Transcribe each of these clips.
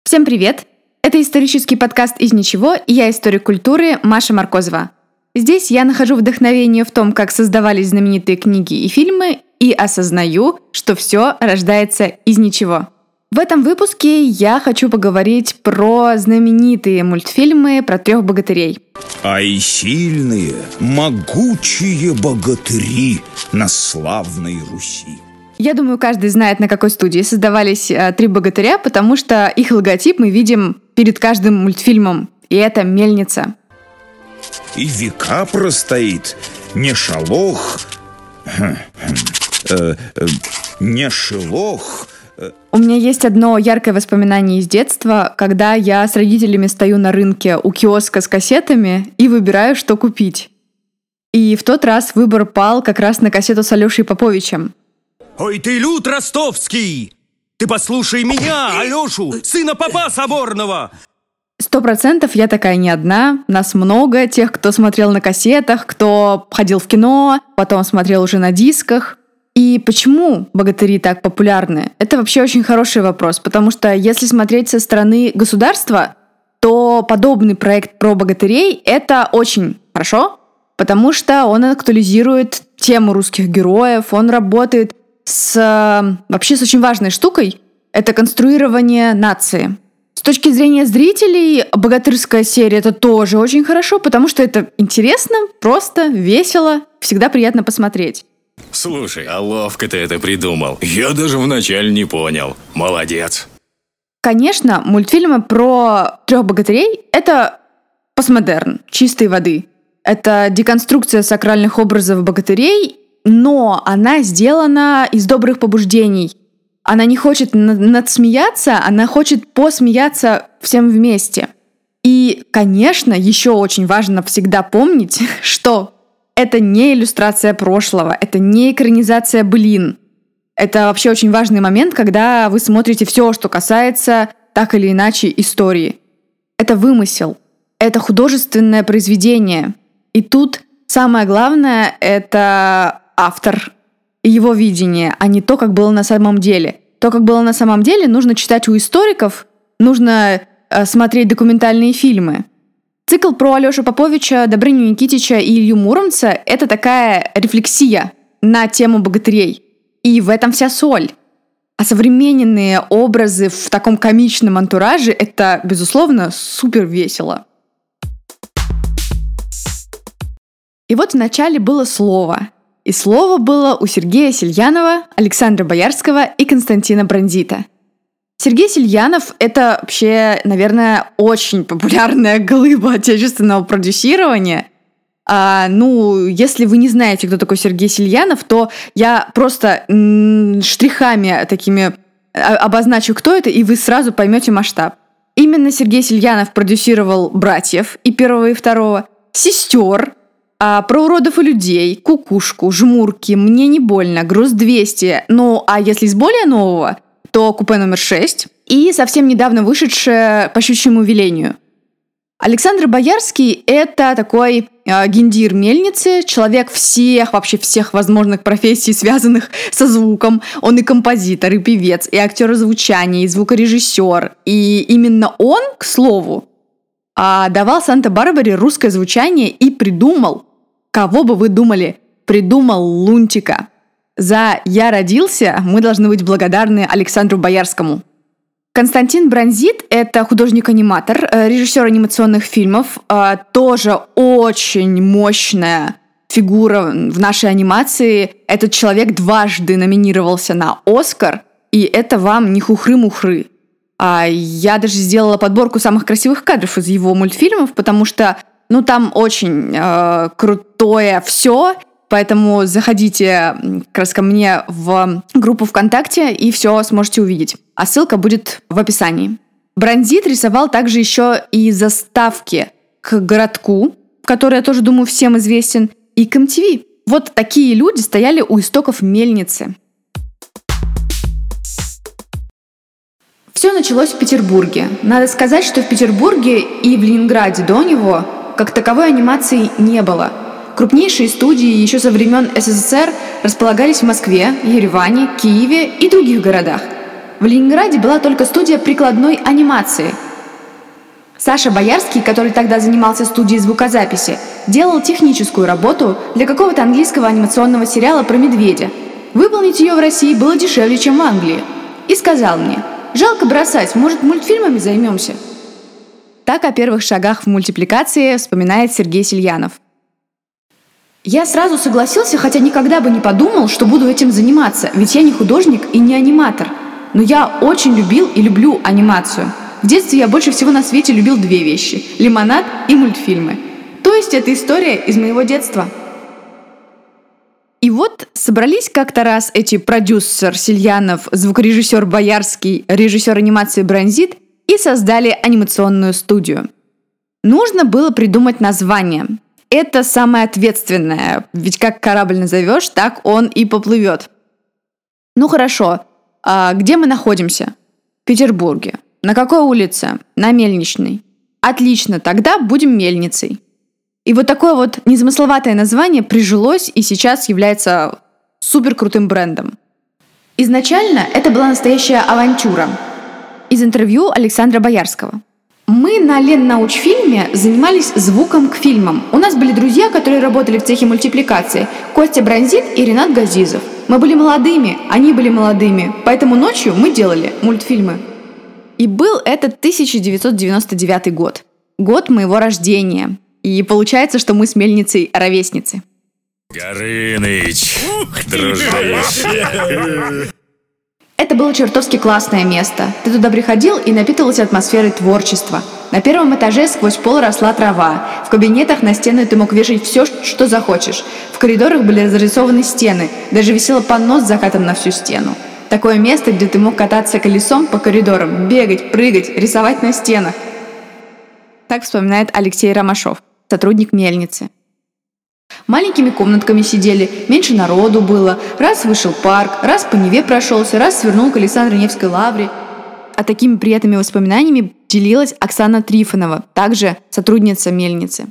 Всем привет! Это исторический подкаст «Из ничего», и я историк культуры Маша Маркозова. Здесь я нахожу вдохновение в том, как создавались знаменитые книги и фильмы, и осознаю, что все рождается из ничего. В этом выпуске я хочу поговорить про знаменитые мультфильмы про 3 богатырей. Ай, сильные, могучие богатыри на славной Руси. Я думаю, каждый знает, на какой студии создавались 3 богатыря, потому что их логотип мы видим перед каждым мультфильмом, и это мельница. И века простоит не шалох, не шелох. У меня есть одно яркое воспоминание из детства, когда я с родителями стою на рынке у киоска с кассетами и выбираю, что купить. И в тот раз выбор пал как раз на кассету с Алешей Поповичем. Ой, ты люд ростовский! Ты послушай меня, Алешу, сына попа соборного! 100% я такая не одна. Нас много, тех, кто смотрел на кассетах, кто ходил в кино, потом смотрел уже на дисках. И почему богатыри так популярны? Это вообще очень хороший вопрос, потому что если смотреть со стороны государства, то подобный проект про богатырей — это очень хорошо, потому что он актуализирует тему русских героев, он работает вообще с очень важной штукой — это конструирование нации. С точки зрения зрителей, богатырская серия — это тоже очень хорошо, потому что это интересно, просто, весело, всегда приятно посмотреть. Слушай, а ловко ты это придумал. Я даже вначале не понял. Молодец. Конечно, мультфильмы про 3 богатырей — это постмодерн, чистой воды. Это деконструкция сакральных образов богатырей, но она сделана из добрых побуждений. Она не хочет надсмеяться, она хочет посмеяться всем вместе. И, конечно, еще очень важно всегда помнить, что это не иллюстрация прошлого, это не экранизация былин. Это вообще очень важный момент, когда вы смотрите все, что касается так или иначе истории. Это вымысел, это художественное произведение. И тут самое главное — это автор и его видение, а не то, как было на самом деле. То, как было на самом деле, нужно читать у историков, нужно смотреть документальные фильмы. Цикл про Алешу Поповича, Добрыню Никитича и Илью Муромца — это такая рефлексия на тему богатырей. И в этом вся соль. А современные образы в таком комичном антураже — это, безусловно, супер весело. И вот вначале было слово. И слово было у Сергея Сельянова, Александра Боярского и Константина Бронзита. Сергей Сельянов — это вообще, наверное, очень популярная глыба отечественного продюсирования. Если вы не знаете, кто такой Сергей Сельянов, то я просто штрихами такими обозначу, кто это, и вы сразу поймете масштаб. Именно Сергей Сельянов продюсировал «Братьев» и первого, и второго, «Сестер», про уродов и людей, «Кукушку», «Жмурки», «Мне не больно», «Груз-200». А если из более нового, то «Купе номер 6» и совсем недавно вышедшее «По щучьему велению». Александр Боярский — это такой гендир мельницы, человек вообще всех возможных профессий, связанных со звуком. Он и композитор, и певец, и актер звучания, и звукорежиссер. И именно он, к слову, давал Санта-Барбаре русское звучание и придумал, кого бы вы думали, придумал Лунтика. За «Я родился» мы должны быть благодарны Александру Боярскому. Константин Бронзит — это художник-аниматор, режиссер анимационных фильмов, тоже очень мощная фигура в нашей анимации. Этот человек дважды номинировался на «Оскар», и это вам не хухры-мухры. Я даже сделала подборку самых красивых кадров из его мультфильмов, потому что там очень крутое все, поэтому заходите как раз ко мне в группу ВКонтакте и все сможете увидеть. А ссылка будет в описании. Бронзит рисовал также еще и заставки к «Городку», который, я тоже думаю, всем известен, и к MTV. Вот такие люди стояли у истоков мельницы. Все началось в Петербурге. Надо сказать, что в Петербурге и в Ленинграде до него как таковой анимации не было. Крупнейшие студии еще со времен СССР располагались в Москве, Ереване, Киеве и других городах. В Ленинграде была только студия прикладной анимации. Саша Боярский, который тогда занимался студией звукозаписи, делал техническую работу для какого-то английского анимационного сериала про медведя. Выполнить ее в России было дешевле, чем в Англии. И сказал мне: «Жалко бросать, может, мультфильмами займемся?» Так о первых шагах в мультипликации вспоминает Сергей Сельянов. «Я сразу согласился, хотя никогда бы не подумал, что буду этим заниматься, ведь я не художник и не аниматор. Но я очень любил и люблю анимацию. В детстве я больше всего на свете любил две вещи – лимонад и мультфильмы. То есть это история из моего детства». И вот собрались как-то раз эти продюсер Сельянов, звукорежиссер Боярский, режиссер анимации Бронзит и создали анимационную студию. Нужно было придумать название. Это самое ответственное, ведь как корабль назовешь, так он и поплывет. Ну хорошо, а где мы находимся? В Петербурге. На какой улице? На Мельничной. Отлично, тогда будем мельницей. И вот такое вот незамысловатое название прижилось и сейчас является суперкрутым брендом. Изначально это была настоящая авантюра. Из интервью Александра Боярского. Мы на Леннаучфильме занимались звуком к фильмам. У нас были друзья, которые работали в цехе мультипликации. Костя Бронзит и Ренат Газизов. Мы были молодыми, они были молодыми, поэтому ночью мы делали мультфильмы. И был это 1999 год. Год моего рождения. И получается, что мы с мельницей ровесницы. Горыныч, дружище. Это было чертовски классное место. Ты туда приходил и напитывался атмосферой творчества. На первом этаже сквозь пол росла трава. В кабинетах на стены ты мог вешать все, что захочешь. В коридорах были разрисованы стены. Даже висело панно с закатом на всю стену. Такое место, где ты мог кататься колесом по коридорам, бегать, прыгать, рисовать на стенах. Так вспоминает Алексей Ромашов, сотрудник мельницы. Маленькими комнатками сидели, меньше народу было. Раз вышел парк, раз по Неве прошелся, раз свернул к Александро-Невской лавре. А такими приятными воспоминаниями делилась Оксана Трифонова, также сотрудница мельницы.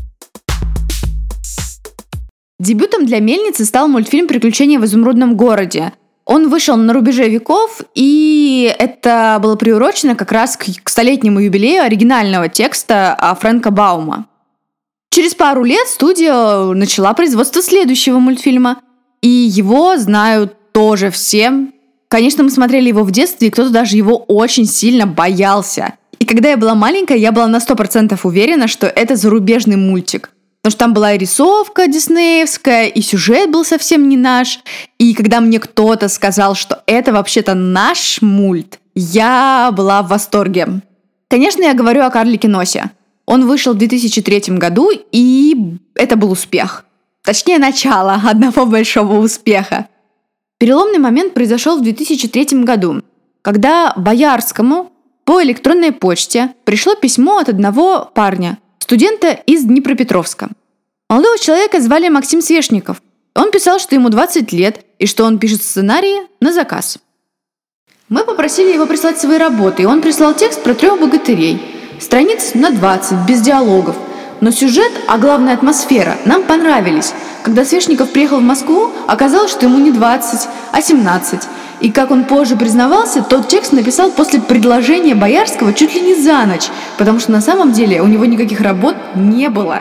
Дебютом для мельницы стал мультфильм «Приключения в изумрудном городе». Он вышел на рубеже веков, и это было приурочено как раз к столетнему юбилею оригинального текста Фрэнка Баума. Через пару лет студия начала производство следующего мультфильма, и его знают тоже все. Конечно, мы смотрели его в детстве, и кто-то даже его очень сильно боялся. И когда я была маленькая, я была на 100% уверена, что это зарубежный мультик. Потому что там была и рисовка диснеевская, и сюжет был совсем не наш. И когда мне кто-то сказал, что это вообще-то наш мульт, я была в восторге. Конечно, я говорю о «Карлике Носе». Он вышел в 2003 году, и это был успех. Точнее, начало одного большого успеха. Переломный момент произошел в 2003 году, когда Боярскому по электронной почте пришло письмо от одного парня, студента из Днепропетровска. Молодого человека звали Максим Свешников. Он писал, что ему 20 лет и что он пишет сценарии на заказ. Мы попросили его прислать свои работы, и он прислал текст про 3 богатырей. Страниц на 20, без диалогов. Но сюжет, а главное атмосфера, нам понравились. Когда Свешников приехал в Москву, оказалось, что ему не 20, а 17. И, как он позже признавался, тот текст написал после предложения Боярского чуть ли не за ночь, потому что на самом деле у него никаких работ не было.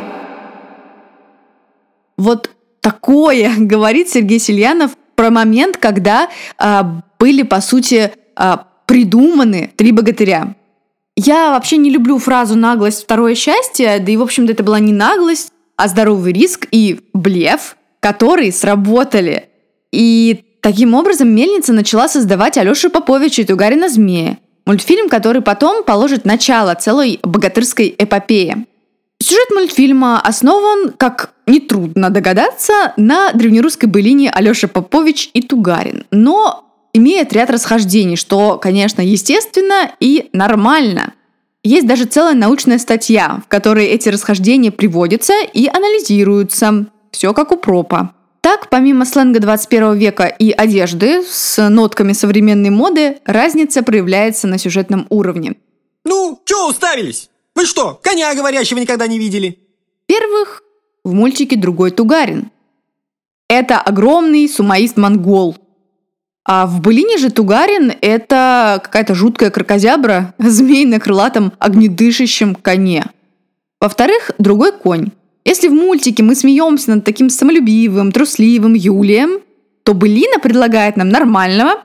Вот такое говорит Сергей Сельянов про момент, когда были, по сути, придуманы 3 богатыря. Я вообще не люблю фразу «наглость – второе счастье», да и, в общем-то, это была не наглость, а здоровый риск и блеф, которые сработали. И таким образом мельница начала создавать Алешу Поповича и Тугарина Змея, мультфильм, который потом положит начало целой богатырской эпопее. Сюжет мультфильма основан, как нетрудно догадаться, на древнерусской былине Алеша Попович и Тугарин, но имеет ряд расхождений, что, конечно, естественно и нормально. Есть даже целая научная статья, в которой эти расхождения приводятся и анализируются. Все как у пропа. Так, помимо сленга 21 века и одежды с нотками современной моды, разница проявляется на сюжетном уровне. Ну, чё уставились? Вы что, коня говорящего никогда не видели? Во-первых, в мультике другой Тугарин. Это огромный сумоист-монгол. А в былине же Тугарин — это какая-то жуткая кракозябра, змей на крылатом огнедышащем коне. Во-вторых, другой конь. Если в мультике мы смеемся над таким самолюбивым, трусливым Юлием, то былина предлагает нам нормального,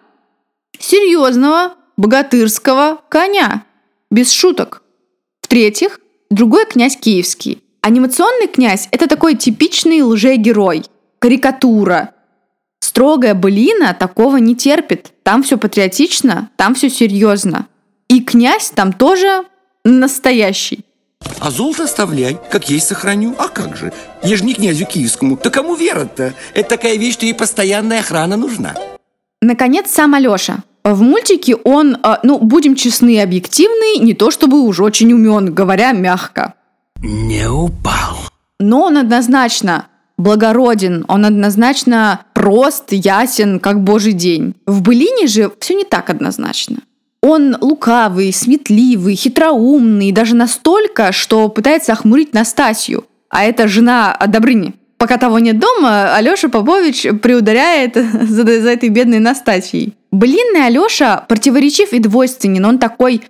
серьезного, богатырского коня. Без шуток. В-третьих, другой князь киевский. Анимационный князь — это такой типичный лжегерой, карикатура. Строгая былина такого не терпит. Там все патриотично, там все серьезно. И князь там тоже настоящий. А золото оставляй, как есть сохраню. А как же? Я же не князю киевскому. Да кому верить-то? Это такая вещь, что ей постоянная охрана нужна. Наконец, сам Алёша. В мультике он, будем честны и объективны, не то чтобы уж очень умен, говоря мягко. Не упал. Но он однозначно благороден, он однозначно прост, ясен, как божий день. В былине же все не так однозначно. Он лукавый, сметливый, хитроумный, даже настолько, что пытается охмурить Настасью. А это жена Добрыни. Пока того нет дома, Алёша Попович приударяет за этой бедной Настасьей. Былинный Алёша противоречив и двойственен. Он такой,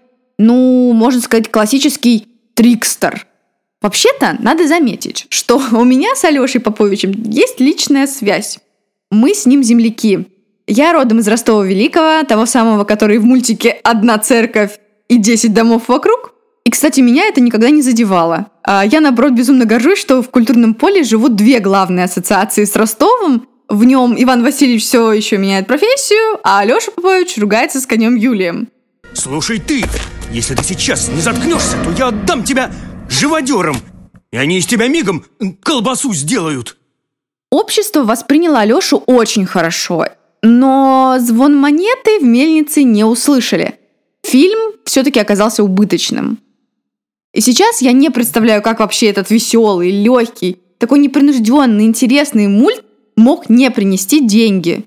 можно сказать, классический трикстер. Вообще-то, надо заметить, что у меня с Алёшей Поповичем есть личная связь. Мы с ним земляки. Я родом из Ростова-Великого, того самого, который в мультике «Одна церковь и 10 домов вокруг». И, кстати, меня это никогда не задевало. Я, наоборот, безумно горжусь, что в культурном поле живут две главные ассоциации с Ростовом. В нем Иван Васильевич все еще меняет профессию, а Алёша Попович ругается с конем Юлием. Слушай ты, если ты сейчас не заткнешься, то я отдам тебя живодерам, и они из тебя мигом колбасу сделают. Общество восприняло Алёшу очень хорошо, но звон монеты в мельнице не услышали. Фильм все-таки оказался убыточным. И сейчас я не представляю, как вообще этот веселый, легкий, такой непринужденный, интересный мульт мог не принести деньги.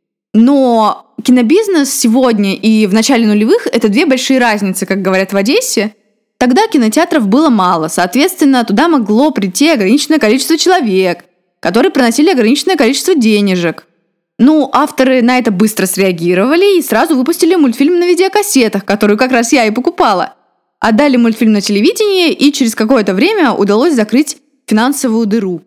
Но кинобизнес сегодня и в начале нулевых – это две большие разницы, как говорят в Одессе. Тогда кинотеатров было мало, соответственно, туда могло прийти ограниченное количество человек, которые приносили ограниченное количество денежек. Авторы на это быстро среагировали и сразу выпустили мультфильм на видеокассетах, которую как раз я и покупала. Отдали мультфильм на телевидение, и через какое-то время удалось закрыть финансовую дыру.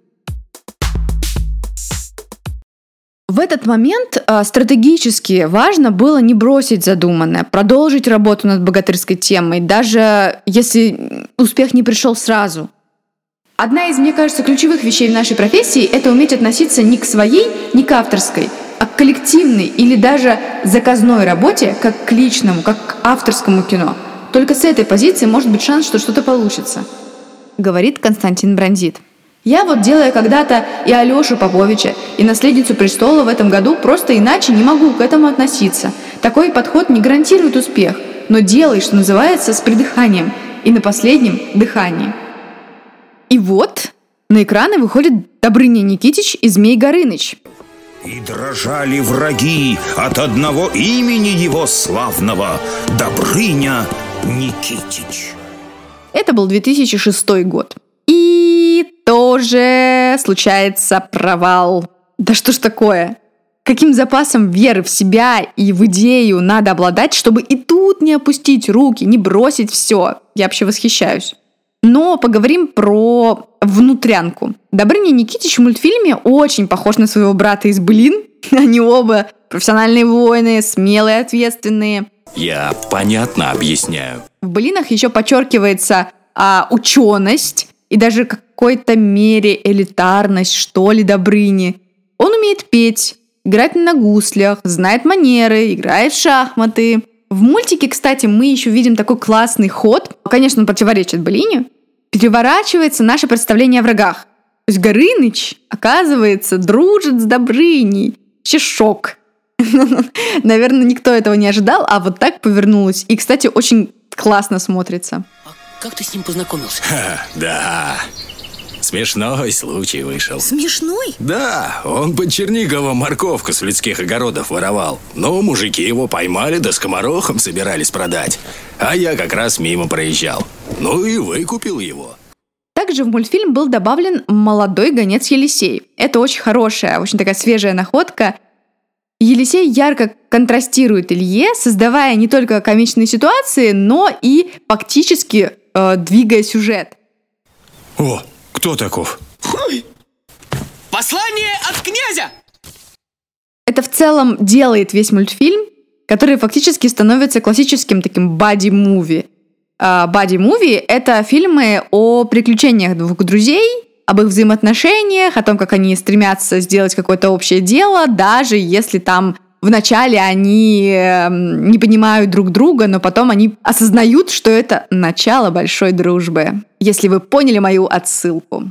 В этот момент стратегически важно было не бросить задуманное, продолжить работу над богатырской темой, даже если успех не пришел сразу. Одна из, мне кажется, ключевых вещей в нашей профессии – это уметь относиться не к своей, не к авторской, а к коллективной или даже заказной работе, как к личному, как к авторскому кино. Только с этой позиции может быть шанс, что что-то получится, говорит Константин Брандит. Я делая когда-то и Алёшу Поповича, и наследницу престола в этом году, просто иначе не могу к этому относиться. Такой подход не гарантирует успех, но делай, что называется, с придыханием и на последнем дыхании. И на экраны выходит Добрыня Никитич и Змей Горыныч. И дрожали враги от одного имени его славного — Добрыня Никитич. Это был 2006 год. И тоже случается провал. Да что ж такое? Каким запасом веры в себя и в идею надо обладать, чтобы и тут не опустить руки, не бросить все? Я вообще восхищаюсь. Но поговорим про внутрянку. Добрыня Никитич в мультфильме очень похож на своего брата из былин. Они оба профессиональные воины, смелые, ответственные. Я понятно объясняю. В былинах еще подчеркивается ученость и даже в какой-то мере элитарность, что ли, Добрыни. Он умеет петь, играть на гуслях, знает манеры, играет в шахматы. В мультике, кстати, мы еще видим такой классный ход. Конечно, он противоречит былине. Переворачивается наше представление о врагах. То есть Горыныч, оказывается, дружит с Добрыней. Вообще шок. Наверное, никто этого не ожидал, а вот так повернулось. И, кстати, очень классно смотрится. А как ты с ним познакомился? Да, смешной случай вышел. Смешной? Да, он под Черниговом морковку с людских огородов воровал. Но мужики его поймали, да скоморохом собирались продать. А я как раз мимо проезжал. Ну и выкупил его. Также в мультфильм был добавлен молодой гонец Елисей. Это очень хорошая, очень такая свежая находка. Елисей ярко контрастирует Илье, создавая не только комичные ситуации, но и фактически двигая сюжет. О, кто таков? Послание от князя! Это в целом делает весь мультфильм, который фактически становится классическим таким бади-муви. Бади-муви — это фильмы о приключениях двух друзей, об их взаимоотношениях, о том, как они стремятся сделать какое-то общее дело, даже если там вначале они не понимают друг друга, но потом они осознают, что это начало большой дружбы. Если вы поняли мою отсылку.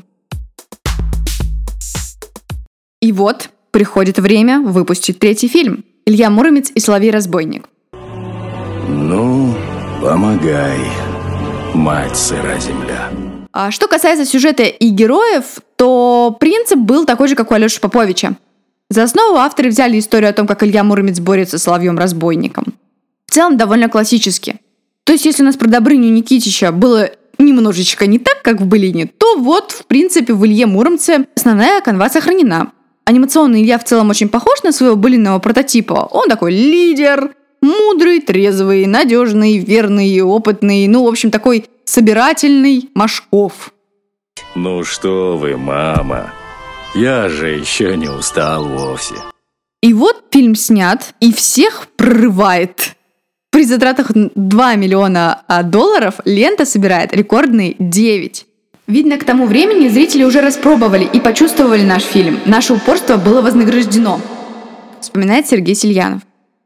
И вот приходит время выпустить третий фильм. Илья Муромец и Соловей-разбойник. Ну, помогай, мать сыра земля. А что касается сюжета и героев, то принцип был такой же, как у Алёши Поповича. За основу авторы взяли историю о том, как Илья Муромец борется с Соловьем-разбойником. В целом довольно классически. То есть, если у нас про Добрыню Никитича было немножечко не так, как в «Былине», то вот, в принципе, в Илье Муромце основная канва сохранена. Анимационный Илья в целом очень похож на своего былинного прототипа. Он такой лидер, мудрый, трезвый, надежный, верный, опытный, в общем, такой собирательный Машков. Ну что вы, мама, я же еще не устал вовсе. И вот фильм снят, и всех прорывает. При затратах $2 миллиона лента собирает рекордные 9. Видно, к тому времени зрители уже распробовали и почувствовали наш фильм. Наше упорство было вознаграждено, вспоминает Сергей Сельянов.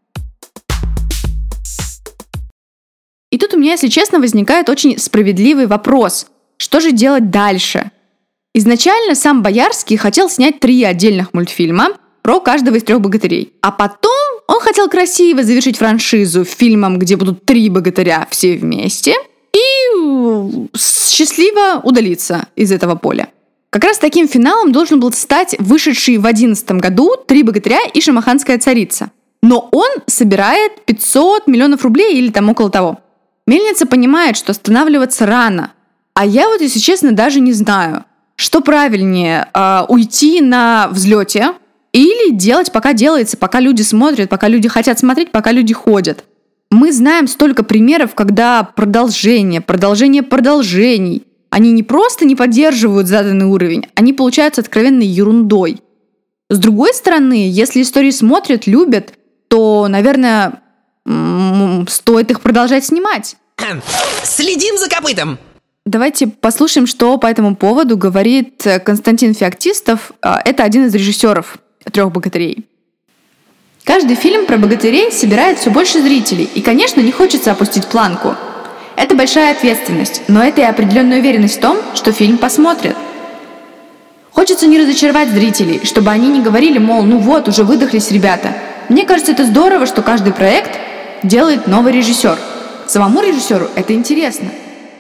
И тут у меня, если честно, возникает очень справедливый вопрос. Что же делать дальше? Изначально сам Боярский хотел снять 3 отдельных мультфильма про каждого из 3 богатырей. А потом он хотел красиво завершить франшизу фильмом, где будут 3 богатыря все вместе, и счастливо удалиться из этого поля. Как раз таким финалом должен был стать вышедший в 2011 году «Три богатыря и шамаханская царица». Но он собирает 500 миллионов рублей или там около того. Мельница понимает, что останавливаться рано. А я вот, если честно, даже не знаю, что правильнее, уйти на взлете или делать, пока делается, пока люди смотрят, пока люди хотят смотреть, пока люди ходят. Мы знаем столько примеров, когда продолжение продолжений, они не просто не поддерживают заданный уровень, они получаются откровенной ерундой. С другой стороны, если истории смотрят, любят, то, наверное, стоит их продолжать снимать. Следим за копытом! Давайте послушаем, что по этому поводу говорит Константин Феоктистов. Это один из режиссеров «Трех богатырей». Каждый фильм про богатырей собирает все больше зрителей, и, конечно, не хочется опустить планку. Это большая ответственность, но это и определенная уверенность в том, что фильм посмотрят. Хочется не разочаровать зрителей, чтобы они не говорили, мол, уже выдохлись ребята. Мне кажется, это здорово, что каждый проект делает новый режиссер. Самому режиссеру это интересно.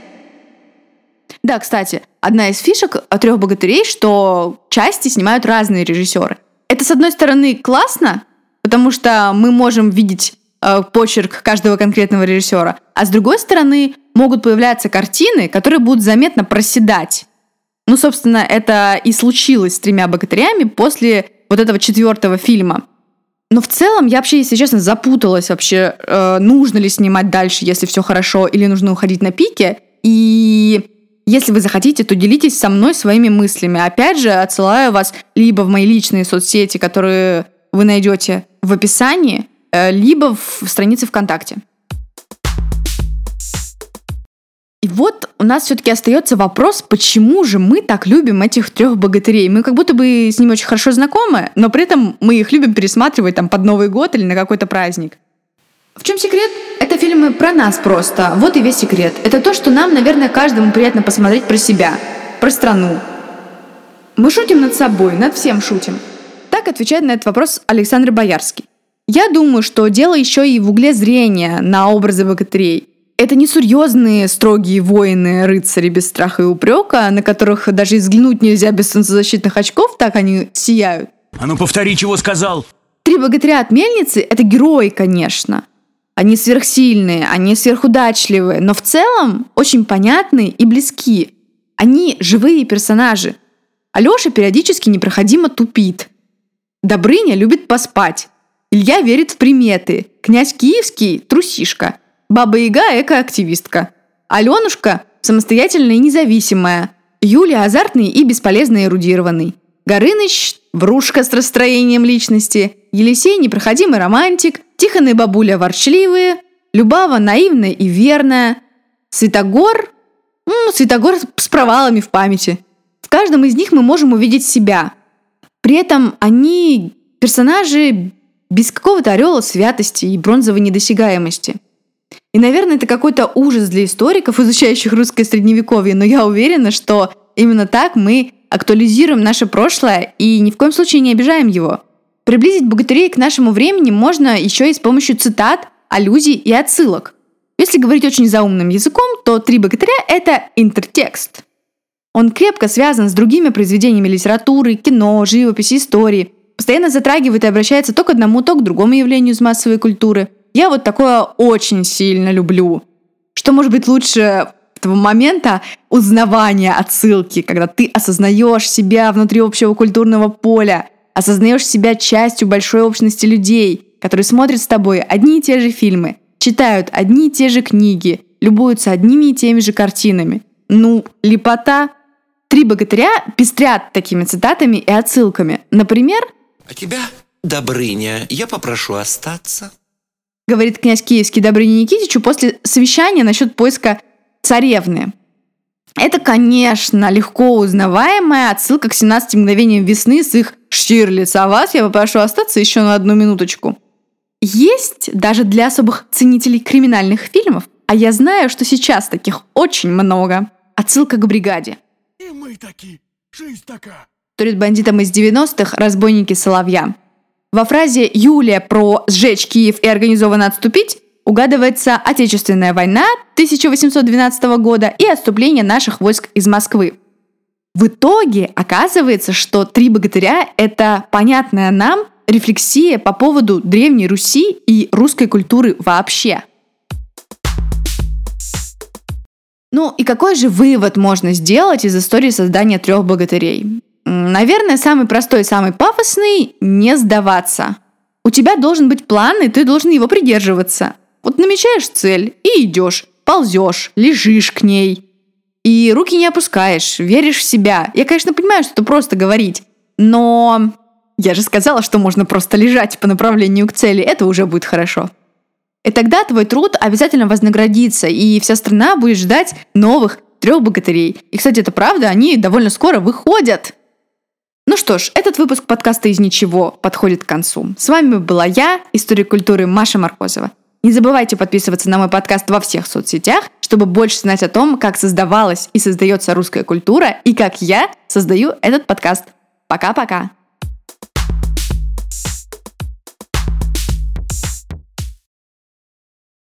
Да, кстати, одна из фишек «Трех богатырей», что части снимают разные режиссеры. Это, с одной стороны, классно, потому что мы можем видеть почерк каждого конкретного режиссера, а с другой стороны, могут появляться картины, которые будут заметно проседать. Собственно, это и случилось с «Тремя богатырями» после вот этого 4-го фильма. Но в целом я вообще, если честно, запуталась вообще, нужно ли снимать дальше, если все хорошо, или нужно уходить на пике. И если вы захотите, то делитесь со мной своими мыслями. Опять же, отсылаю вас либо в мои личные соцсети, которые вы найдете в описании, либо в странице ВКонтакте. И вот у нас все-таки остается вопрос, почему же мы так любим этих 3 богатырей. Мы как будто бы с ними очень хорошо знакомы, но при этом мы их любим пересматривать там под Новый год или на какой-то праздник. В чем секрет? Это фильмы про нас просто. Вот и весь секрет. Это то, что нам, наверное, каждому приятно посмотреть про себя, про страну. Мы шутим над собой, над всем шутим. Так отвечает на этот вопрос Александр Боярский. Я думаю, что дело еще и в угле зрения на образы богатырей. Это не серьезные, строгие воины, рыцари без страха и упрека, на которых даже взглянуть нельзя без солнцезащитных очков, так они сияют. А ну повтори, чего сказал. 3 богатыря от мельницы — это герои, конечно. Они сверхсильные, они сверхудачливые, но в целом очень понятные и близки. Они живые персонажи. Алёша периодически непроходимо тупит. Добрыня любит поспать. Илья верит в приметы. Князь Киевский – трусишка. Баба-Яга – экоактивистка. Аленушка – самостоятельная и независимая. Юля – азартный и бесполезно эрудированный. Горыныч – врушка с расстроением личности. Елисей – непроходимый романтик. Тихон и бабуля – ворчливые. Любава – наивная и верная. Святогор с провалами в памяти. В каждом из них мы можем увидеть себя. При этом они персонажи без какого-то ореола святости и бронзовой недосягаемости. И, наверное, это какой-то ужас для историков, изучающих русское средневековье, но я уверена, что именно так мы актуализируем наше прошлое и ни в коем случае не обижаем его. Приблизить богатырей к нашему времени можно еще и с помощью цитат, аллюзий и отсылок. Если говорить очень заумным языком, то «Три богатыря» — это интертекст. Он крепко связан с другими произведениями литературы, кино, живописи, истории, постоянно затрагивает и обращается то к одному, то к другому явлению из массовой культуры. Я вот такое очень сильно люблю. Что может быть лучше этого момента узнавания отсылки, когда ты осознаешь себя внутри общего культурного поля, осознаешь себя частью большой общности людей, которые смотрят с тобой одни и те же фильмы, читают одни и те же книги, любуются одними и теми же картинами. Ну, лепота. «Три богатыря» пестрят такими цитатами и отсылками. Например, «А тебя, Добрыня, я попрошу остаться», говорит князь Киевский Добрыне Никитичу после совещания насчет поиска царевны. Это, конечно, легко узнаваемая отсылка к 17 мгновениям весны с их «Штирлиц, а вас я попрошу остаться еще на 1 минуточку». Есть даже для особых ценителей криминальных фильмов, а я знаю, что сейчас таких очень много, отсылка к «Бригаде». И мы такие, жизнь такая. Перед бандитом из 90-х «Разбойники Соловья». Во фразе «Юлия» про «сжечь Киев и организованно отступить» угадывается Отечественная война 1812 года и отступление наших войск из Москвы. В итоге оказывается, что «Три богатыря» — это понятная нам рефлексия по поводу Древней Руси и русской культуры вообще. Ну и какой же вывод можно сделать из истории создания трех богатырей? Наверное, самый простой и самый пафосный – не сдаваться. У тебя должен быть план, и ты должен его придерживаться. Вот намечаешь цель и идешь, ползешь, лежишь к ней. И руки не опускаешь, веришь в себя. Я, конечно, понимаю, что это просто говорить, но я же сказала, что можно просто лежать по направлению к цели, это уже будет хорошо. И тогда твой труд обязательно вознаградится, и вся страна будет ждать новых 3 богатырей. И, кстати, это правда, они довольно скоро выходят. Ну что ж, этот выпуск подкаста «Из ничего» подходит к концу. С вами была я, историк культуры Маша Маркозова. Не забывайте подписываться на мой подкаст во всех соцсетях, чтобы больше знать о том, как создавалась и создается русская культура, и как я создаю этот подкаст. Пока-пока!